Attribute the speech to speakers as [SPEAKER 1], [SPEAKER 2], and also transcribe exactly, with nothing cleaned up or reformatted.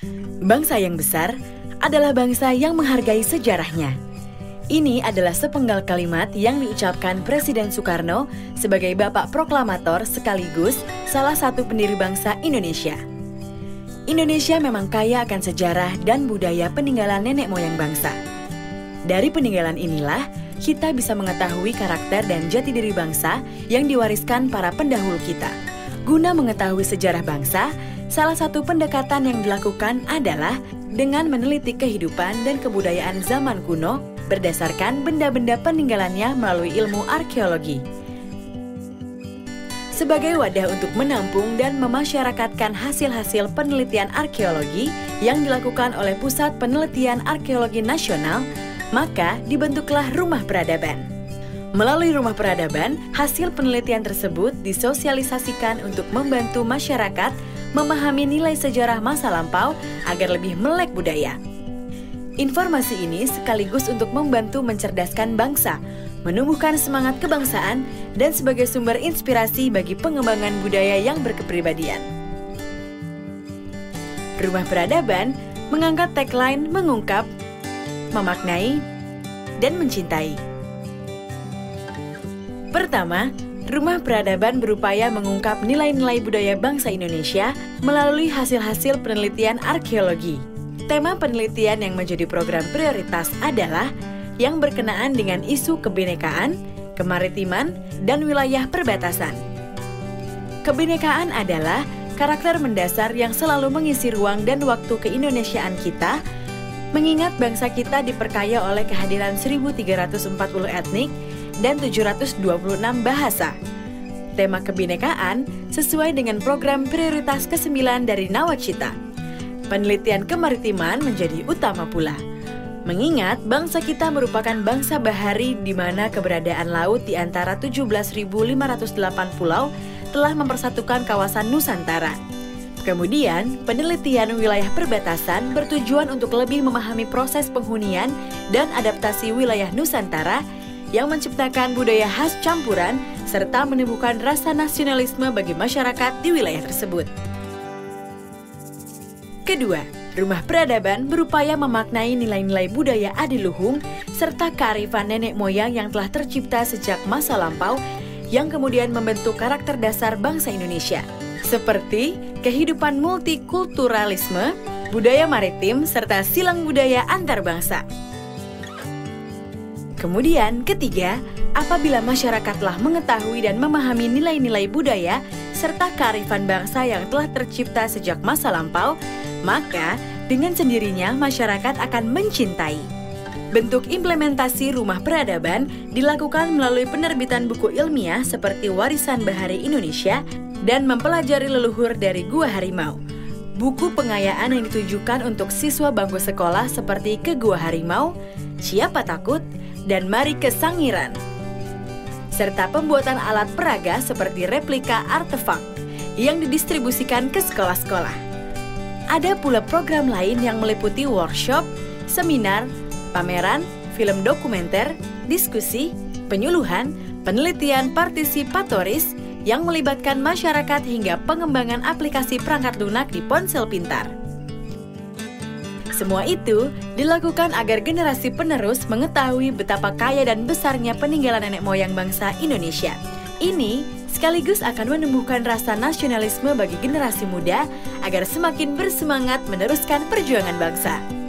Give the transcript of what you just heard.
[SPEAKER 1] Bangsa yang besar adalah bangsa yang menghargai sejarahnya. Ini adalah sepenggal kalimat yang diucapkan Presiden Soekarno sebagai bapak proklamator sekaligus salah satu pendiri bangsa Indonesia. Indonesia memang kaya akan sejarah dan budaya peninggalan nenek moyang bangsa. Dari peninggalan inilah, kita bisa mengetahui karakter dan jati diri bangsa yang diwariskan para pendahulu kita. Guna mengetahui sejarah bangsa, salah satu pendekatan yang dilakukan adalah dengan meneliti kehidupan dan kebudayaan zaman kuno berdasarkan benda-benda peninggalannya melalui ilmu arkeologi. Sebagai wadah untuk menampung dan memasyarakatkan hasil-hasil penelitian arkeologi yang dilakukan oleh Pusat Penelitian Arkeologi Nasional, maka dibentuklah Rumah Peradaban. Melalui Rumah Peradaban, hasil penelitian tersebut disosialisasikan untuk membantu masyarakat memahami nilai sejarah masa lampau agar lebih melek budaya. Informasi ini sekaligus untuk membantu mencerdaskan bangsa, menumbuhkan semangat kebangsaan, dan sebagai sumber inspirasi bagi pengembangan budaya yang berkepribadian. Rumah Peradaban mengangkat tagline mengungkap, memaknai, dan mencintai. Pertama, Rumah Peradaban berupaya mengungkap nilai-nilai budaya bangsa Indonesia melalui hasil-hasil penelitian arkeologi. Tema penelitian yang menjadi program prioritas adalah yang berkenaan dengan isu kebinekaan, kemaritiman, dan wilayah perbatasan. Kebinekaan adalah karakter mendasar yang selalu mengisi ruang dan waktu keindonesiaan kita, mengingat bangsa kita diperkaya oleh kehadiran seribu tiga ratus empat puluh etnik dan tujuh ratus dua puluh enam bahasa. Tema kebinekaan sesuai dengan program prioritas kesembilan dari Nawacita. Penelitian kemaritiman menjadi utama pula. Mengingat bangsa kita merupakan bangsa bahari di mana keberadaan laut di antara tujuh belas ribu lima ratus delapan pulau telah mempersatukan kawasan Nusantara. Kemudian, penelitian wilayah perbatasan bertujuan untuk lebih memahami proses penghunian dan adaptasi wilayah Nusantara yang menciptakan budaya khas campuran serta menimbulkan rasa nasionalisme bagi masyarakat di wilayah tersebut. Kedua, Rumah Peradaban berupaya memaknai nilai-nilai budaya adiluhung serta kearifan nenek moyang yang telah tercipta sejak masa lampau yang kemudian membentuk karakter dasar bangsa Indonesia, seperti kehidupan multikulturalisme, budaya maritim, serta silang budaya antar bangsa. Kemudian, ketiga, apabila masyarakat telah mengetahui dan memahami nilai-nilai budaya serta kearifan bangsa yang telah tercipta sejak masa lampau, maka dengan sendirinya masyarakat akan mencintai. Bentuk implementasi Rumah Peradaban dilakukan melalui penerbitan buku ilmiah seperti Warisan Bahari Indonesia dan Mempelajari Leluhur dari Gua Harimau. Buku pengayaan yang ditujukan untuk siswa bangku sekolah seperti Ke Gua Harimau, Siapa Takut, dan Mari ke Sangiran. Serta pembuatan alat peraga seperti replika artefak yang didistribusikan ke sekolah-sekolah. Ada pula program lain yang meliputi workshop, seminar, pameran, film dokumenter, diskusi, penyuluhan, penelitian partisipatoris yang melibatkan masyarakat hingga pengembangan aplikasi perangkat lunak di ponsel pintar. Semua itu dilakukan agar generasi penerus mengetahui betapa kaya dan besarnya peninggalan nenek moyang bangsa Indonesia. Ini sekaligus akan menumbuhkan rasa nasionalisme bagi generasi muda agar semakin bersemangat meneruskan perjuangan bangsa.